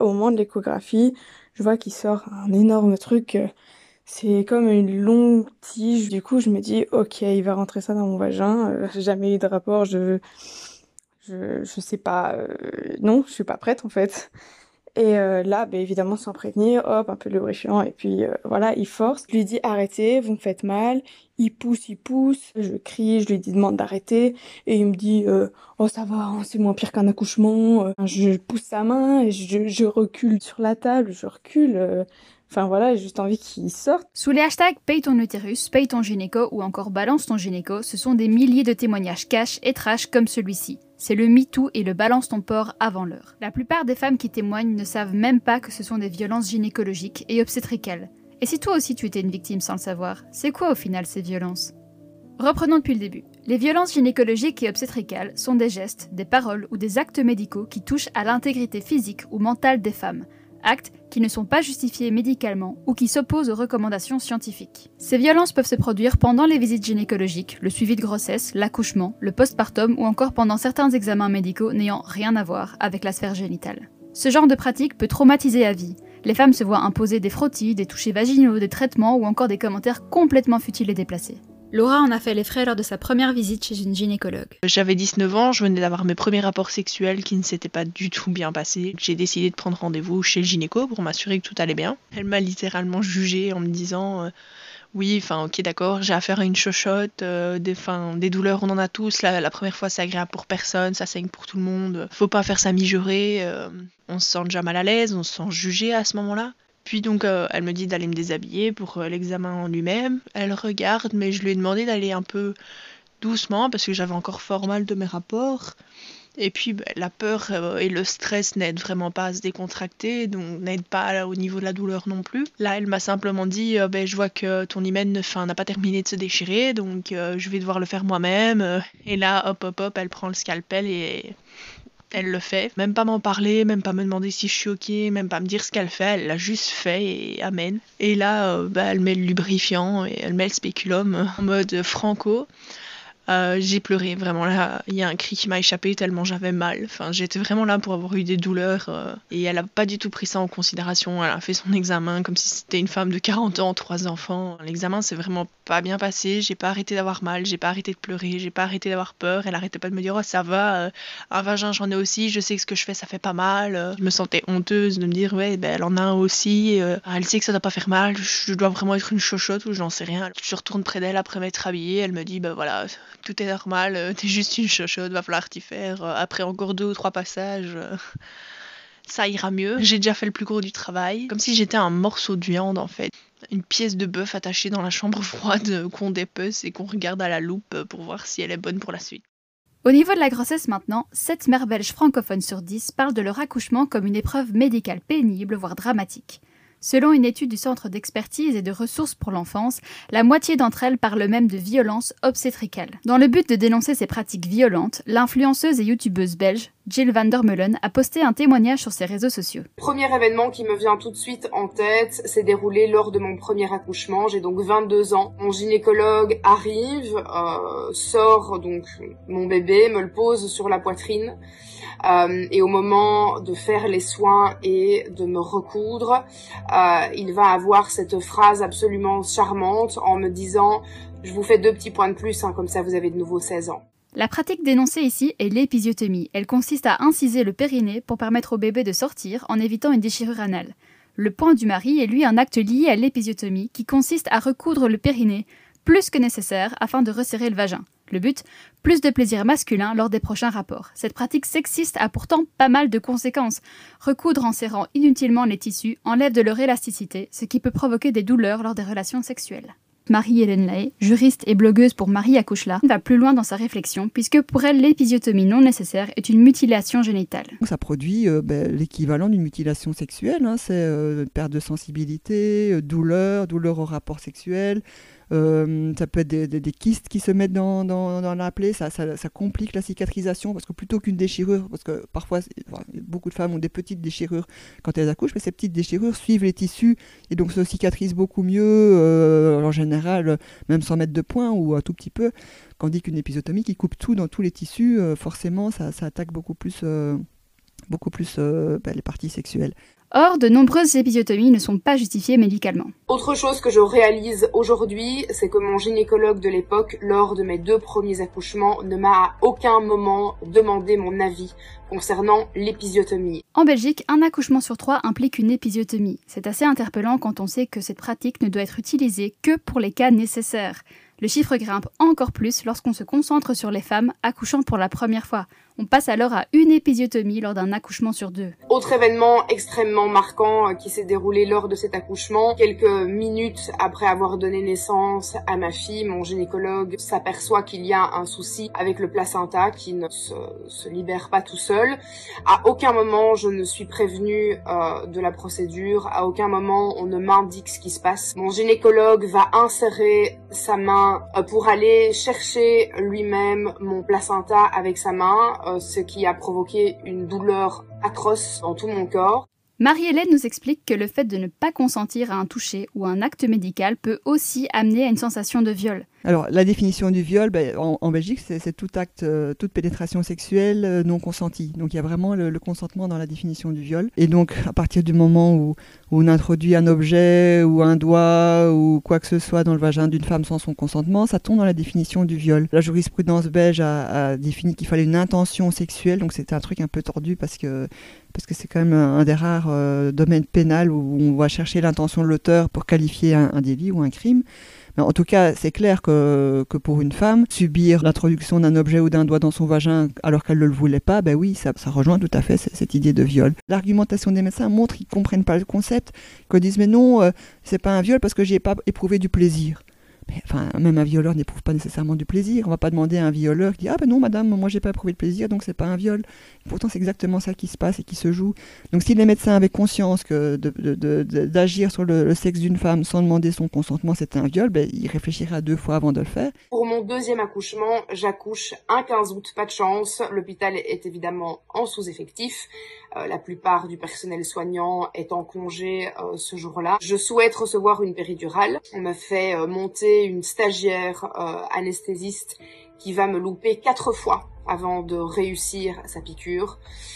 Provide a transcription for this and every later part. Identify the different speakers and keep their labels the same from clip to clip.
Speaker 1: Au moment de l'échographie, je vois qu'il sort un énorme truc. C'est comme une longue tige. Du coup, je me dis, ok, il va rentrer ça dans mon vagin. J'ai jamais eu de rapport. Je sais pas. Non, je suis pas prête en fait. Et là, ben, évidemment, sans prévenir, hop, un peu de lubrifiant, et puis voilà, il force. Je lui dis arrêtez, vous me faites mal. Il pousse, il pousse. Je crie, je lui dis demande d'arrêter. Et il me dit oh ça va, hein, c'est moins pire qu'un accouchement. Je pousse sa main et je recule sur la table, je recule. Enfin voilà, j'ai juste envie qu'il sorte.
Speaker 2: Sous les hashtags paye ton utérus, paye ton gynéco ou encore balance ton gynéco, ce sont des milliers de témoignages cash et trash comme celui-ci. C'est le MeToo et le balance ton porc avant l'heure. La plupart des femmes qui témoignent ne savent même pas que ce sont des violences gynécologiques et obstétricales. Et si toi aussi tu étais une victime sans le savoir, c'est quoi au final ces violences ? Reprenons depuis le début. Les violences gynécologiques et obstétricales sont des gestes, des paroles ou des actes médicaux qui touchent à l'intégrité physique ou mentale des femmes. Actes qui ne sont pas justifiés médicalement ou qui s'opposent aux recommandations scientifiques. Ces violences peuvent se produire pendant les visites gynécologiques, le suivi de grossesse, l'accouchement, le postpartum ou encore pendant certains examens médicaux n'ayant rien à voir avec la sphère génitale. Ce genre de pratique peut traumatiser à vie. Les femmes se voient imposer des frottis, des touchés vaginaux, des traitements ou encore des commentaires complètement futiles et déplacés. Laura en a fait les frais lors de sa première visite chez une gynécologue.
Speaker 3: J'avais 19 ans, je venais d'avoir mes premiers rapports sexuels qui ne s'étaient pas du tout bien passés. J'ai décidé de prendre rendez-vous chez le gynéco pour m'assurer que tout allait bien. Elle m'a littéralement jugée en me disant oui, enfin ok d'accord, j'ai affaire à une chochotte, des douleurs on en a tous, la première fois c'est agréable pour personne, ça saigne pour tout le monde, faut pas faire ça mijauré, on se sent déjà mal à l'aise, on se sent jugé à ce moment-là. Puis donc elle me dit d'aller me déshabiller pour l'examen en lui-même. Elle regarde, mais je lui ai demandé d'aller un peu doucement parce que j'avais encore fort mal de mes rapports. Et puis la peur et le stress n'aident vraiment pas à se décontracter, donc n'aident pas au niveau de la douleur non plus. Là, elle m'a simplement dit je vois que ton hymen n'a pas terminé de se déchirer, donc je vais devoir le faire moi-même. Et là, hop, hop, hop, elle prend le scalpel et elle le fait, même pas m'en parler, même pas me demander si je suis ok, même pas me dire ce qu'elle fait, elle l'a juste fait et amen. Et là, elle met le lubrifiant et elle met le spéculum en mode franco. J'ai pleuré, vraiment là, il y a un cri qui m'a échappé tellement j'avais mal. Enfin, j'étais vraiment là pour avoir eu des douleurs et elle a pas du tout pris ça en considération. Elle a fait son examen comme si c'était une femme de 40 ans, 3 enfants. L'examen s'est vraiment pas bien passé, j'ai pas arrêté d'avoir mal, j'ai pas arrêté de pleurer, j'ai pas arrêté d'avoir peur. Elle arrêtait pas de me dire oh ça va, un vagin j'en ai aussi, je sais que ce que je fais ça fait pas mal. Je me sentais honteuse de me dire ouais ben elle en a un aussi, elle sait que ça doit pas faire mal, je dois vraiment être une chochotte ou j'en sais rien. Je retourne près d'elle après m'être habillée, elle me dit bah voilà, tout est normal, t'es juste une chochotte, va falloir t'y faire. Après encore 2 ou 3 passages, ça ira mieux. J'ai déjà fait le plus gros du travail, comme si j'étais un morceau de viande en fait. Une pièce de bœuf attachée dans la chambre froide qu'on dépece et qu'on regarde à la loupe pour voir si elle est bonne pour la suite.
Speaker 2: Au niveau de la grossesse maintenant, 7 mères belges francophones sur 10 parlent de leur accouchement comme une épreuve médicale pénible, voire dramatique. Selon une étude du Centre d'expertise et de ressources pour l'enfance, la moitié d'entre elles parlent même de violences obstétricales. Dans le but de dénoncer ces pratiques violentes, l'influenceuse et youtubeuse belge Jill van der Meulen a posté un témoignage sur ses réseaux sociaux.
Speaker 4: Le premier événement qui me vient tout de suite en tête s'est déroulé lors de mon premier accouchement. J'ai donc 22 ans. Mon gynécologue arrive, sort donc mon bébé, me le pose sur la poitrine. Et au moment de faire les soins et de me recoudre, il va avoir cette phrase absolument charmante en me disant « Je vous fais 2 petits points de plus, comme ça vous avez de nouveau 16 ans ».
Speaker 2: La pratique dénoncée ici est l'épisiotomie. Elle consiste à inciser le périnée pour permettre au bébé de sortir en évitant une déchirure anale. Le point du mari est lui un acte lié à l'épisiotomie qui consiste à recoudre le périnée plus que nécessaire afin de resserrer le vagin. Le but, plus de plaisir masculin lors des prochains rapports. Cette pratique sexiste a pourtant pas mal de conséquences. Recoudre en serrant inutilement les tissus enlève de leur élasticité, ce qui peut provoquer des douleurs lors des relations sexuelles. Marie-Hélène Lahaye, juriste et blogueuse pour Marie accouche là, va plus loin dans sa réflexion puisque pour elle, l'épisiotomie non nécessaire est une mutilation génitale.
Speaker 5: Ça produit l'équivalent d'une mutilation sexuelle, c'est perte de sensibilité, douleur au rapport sexuel. Ça peut être des kystes qui se mettent dans la plaie, ça complique la cicatrisation parce que plutôt qu'une déchirure, parce que parfois beaucoup de femmes ont des petites déchirures quand elles accouchent, mais ces petites déchirures suivent les tissus et donc se cicatrisent beaucoup mieux en général, même sans mettre de point ou un tout petit peu, tandis qu'une épisiotomie qui coupe tout dans tous les tissus, forcément ça attaque beaucoup plus beaucoup plus les parties sexuelles.
Speaker 2: Or, de nombreuses épisiotomies ne sont pas justifiées médicalement.
Speaker 4: Autre chose que je réalise aujourd'hui, c'est que mon gynécologue de l'époque, lors de mes 2 premiers accouchements, ne m'a à aucun moment demandé mon avis concernant l'épisiotomie.
Speaker 2: En Belgique, un accouchement sur 3 implique une épisiotomie. C'est assez interpellant quand on sait que cette pratique ne doit être utilisée que pour les cas nécessaires. Le chiffre grimpe encore plus lorsqu'on se concentre sur les femmes accouchant pour la première fois. On passe alors à une épisiotomie lors d'un accouchement sur 2.
Speaker 4: Autre événement extrêmement marquant qui s'est déroulé lors de cet accouchement, quelques minutes après avoir donné naissance à ma fille, mon gynécologue s'aperçoit qu'il y a un souci avec le placenta qui ne se libère pas tout seul. À aucun moment je ne suis prévenue de la procédure, à aucun moment on ne m'indique ce qui se passe. Mon gynécologue va insérer sa main pour aller chercher lui-même mon placenta avec sa main, ce qui a provoqué une douleur atroce dans tout mon corps.
Speaker 2: Marie-Hélène nous explique que le fait de ne pas consentir à un toucher ou à un acte médical peut aussi amener à une sensation de viol.
Speaker 5: Alors, la définition du viol, en Belgique, c'est tout acte, toute pénétration sexuelle non consentie. Donc, il y a vraiment le consentement dans la définition du viol. Et donc, à partir du moment où on introduit un objet ou un doigt ou quoi que ce soit dans le vagin d'une femme sans son consentement, ça tombe dans la définition du viol. La jurisprudence belge a défini qu'il fallait une intention sexuelle. Donc, c'était un truc un peu tordu parce que c'est quand même un des rares domaines pénals où on va chercher l'intention de l'auteur pour qualifier un délit ou un crime. Mais en tout cas, c'est clair que pour une femme, subir l'introduction d'un objet ou d'un doigt dans son vagin alors qu'elle ne le voulait pas, ça rejoint tout à fait cette idée de viol. L'argumentation des médecins montre qu'ils ne comprennent pas le concept, qu'ils disent mais non, c'est pas un viol parce que j'y ai pas éprouvé du plaisir. Enfin, même un violeur n'éprouve pas nécessairement du plaisir. On ne va pas demander à un violeur qui dit « Ah ben non madame, moi j'ai pas éprouvé de plaisir, donc c'est pas un viol ». Pourtant c'est exactement ça qui se passe et qui se joue. Donc si les médecins avaient conscience que d'agir sur le sexe d'une femme sans demander son consentement c'était un viol, ils réfléchiraient à 2 fois avant de le faire.
Speaker 4: Pour mon 2e accouchement, j'accouche un 15 août, pas de chance. L'hôpital est évidemment en sous-effectif. La plupart du personnel soignant est en congé ce jour-là. Je souhaite recevoir une péridurale. On me fait monter une stagiaire anesthésiste qui va me louper 4 fois avant de réussir sa piqûre.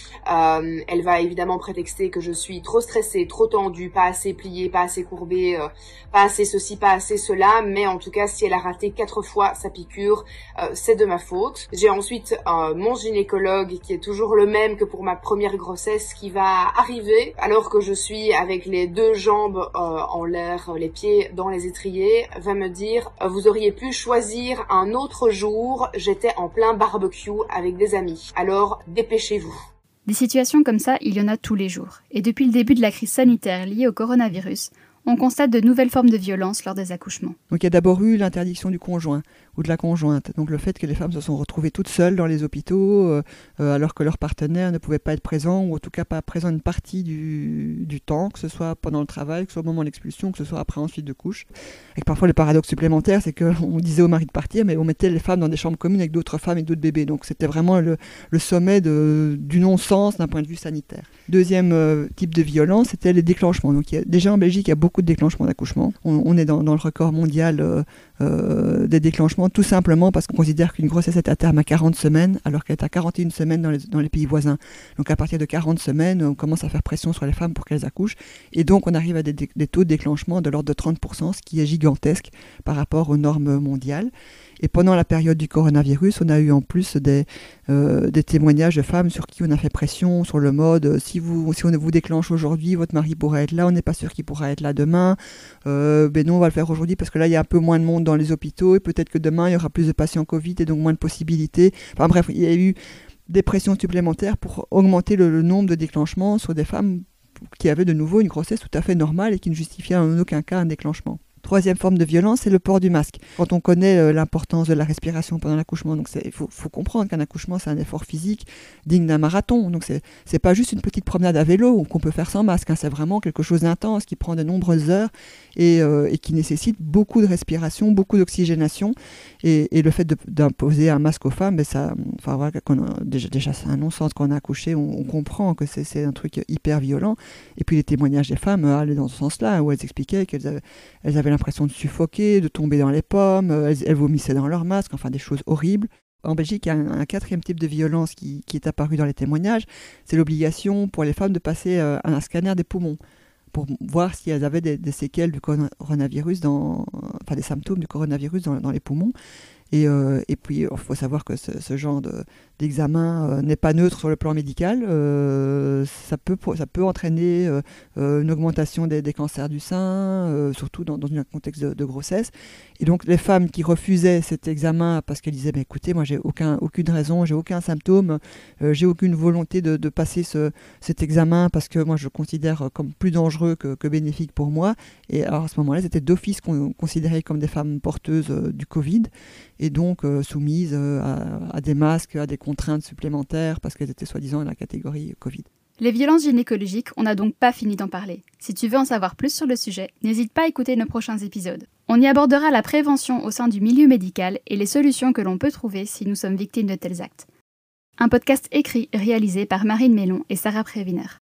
Speaker 4: Elle va évidemment prétexter que je suis trop stressée, trop tendue, pas assez pliée, pas assez courbée, pas assez ceci, pas assez cela, mais en tout cas si elle a raté 4 fois sa piqûre, c'est de ma faute. J'ai ensuite mon gynécologue qui est toujours le même que pour ma première grossesse qui va arriver alors que je suis avec les 2 jambes en l'air, les pieds dans les étriers, va me dire vous auriez pu choisir un autre jour, j'étais en plein barbecue avec des amis, alors dépêchez-vous.
Speaker 2: Des situations comme ça, il y en a tous les jours. Et depuis le début de la crise sanitaire liée au coronavirus, on constate de nouvelles formes de violence lors des accouchements.
Speaker 5: Donc il y a d'abord eu l'interdiction du conjoint ou de la conjointe. Donc le fait que les femmes se sont retrouvées toutes seules dans les hôpitaux alors que leur partenaire ne pouvait pas être présent ou en tout cas pas présent une partie du temps, que ce soit pendant le travail, que ce soit au moment de l'expulsion, que ce soit après ensuite de couche. Et que parfois le paradoxe supplémentaire, c'est qu'on disait au mari de partir, mais on mettait les femmes dans des chambres communes avec d'autres femmes et d'autres bébés. Donc c'était vraiment le sommet du non-sens d'un point de vue sanitaire. Deuxième type de violence, c'était les déclenchements. Donc déjà en Belgique, il y a beaucoup de déclenchements d'accouchement. On est dans le record mondial des déclenchements, tout simplement parce qu'on considère qu'une grossesse est à terme à 40 semaines, alors qu'elle est à 41 semaines dans les pays voisins. Donc à partir de 40 semaines, on commence à faire pression sur les femmes pour qu'elles accouchent, et donc on arrive à des taux de déclenchement de l'ordre de 30%, ce qui est gigantesque par rapport aux normes mondiales. Et pendant la période du coronavirus, on a eu en plus des témoignages de femmes sur qui on a fait pression sur le mode si on vous déclenche aujourd'hui, votre mari pourra être là, on n'est pas sûr qu'il pourra être là demain. Ben non, on va le faire aujourd'hui parce que là il y a un peu moins de monde dans les hôpitaux et peut-être que demain il y aura plus de patients Covid et donc moins de possibilités. Enfin bref, il y a eu des pressions supplémentaires pour augmenter le nombre de déclenchements sur des femmes qui avaient de nouveau une grossesse tout à fait normale et qui ne justifiaient en aucun cas un déclenchement. Troisième forme de violence, c'est le port du masque. Quand on connaît l'importance de la respiration pendant l'accouchement, donc il faut comprendre qu'un accouchement, c'est un effort physique digne d'un marathon. Donc c'est pas juste une petite promenade à vélo qu'on peut faire sans masque. C'est vraiment quelque chose d'intense qui prend de nombreuses heures et qui nécessite beaucoup de respiration, beaucoup d'oxygénation. Et le fait d'imposer un masque aux femmes, déjà c'est un non-sens quand on a accouché. On comprend que c'est un truc hyper violent. Et puis les témoignages des femmes allaient dans ce sens-là, où elles expliquaient qu'elles avaient l'impression de suffoquer, de tomber dans les pommes, elles vomissaient dans leur masque, enfin des choses horribles. En Belgique, il y a un quatrième type de violence qui est apparu dans les témoignages, c'est l'obligation pour les femmes de passer un scanner des poumons pour voir si elles avaient des séquelles du coronavirus, des symptômes du coronavirus dans les poumons. Et puis, il faut savoir que ce genre d'examen n'est pas neutre sur le plan médical. Ça peut entraîner une augmentation des cancers du sein, surtout dans un contexte de grossesse. Et donc, les femmes qui refusaient cet examen parce qu'elles disaient écoutez, moi, j'ai aucune raison, j'ai aucun symptôme, j'ai aucune volonté de passer cet examen parce que moi, je le considère comme plus dangereux que bénéfique pour moi. Et alors, à ce moment-là, c'était d'office considérées comme des femmes porteuses du Covid. Et donc soumises à des masques, à des contraintes supplémentaires parce qu'elles étaient soi-disant dans la catégorie Covid.
Speaker 2: Les violences gynécologiques, on n'a donc pas fini d'en parler. Si tu veux en savoir plus sur le sujet, n'hésite pas à écouter nos prochains épisodes. On y abordera la prévention au sein du milieu médical et les solutions que l'on peut trouver si nous sommes victimes de tels actes. Un podcast écrit et réalisé par Marine Mélon et Sarah Préviner.